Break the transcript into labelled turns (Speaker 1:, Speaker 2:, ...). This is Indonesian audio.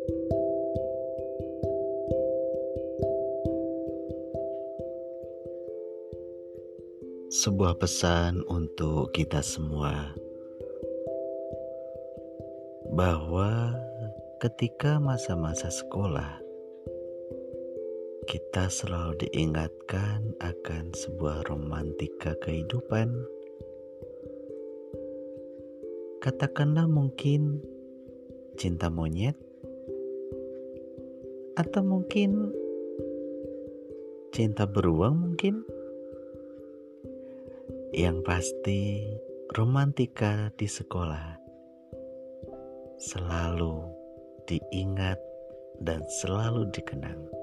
Speaker 1: Sebuah pesan untuk kita semua, bahwa ketika masa-masa sekolah, kita selalu diingatkan akan sebuah romantika kehidupan. Katakanlah mungkin cinta monyet, atau mungkin cinta beruang mungkin. Yang pasti romantika di sekolah selalu diingat dan selalu dikenang.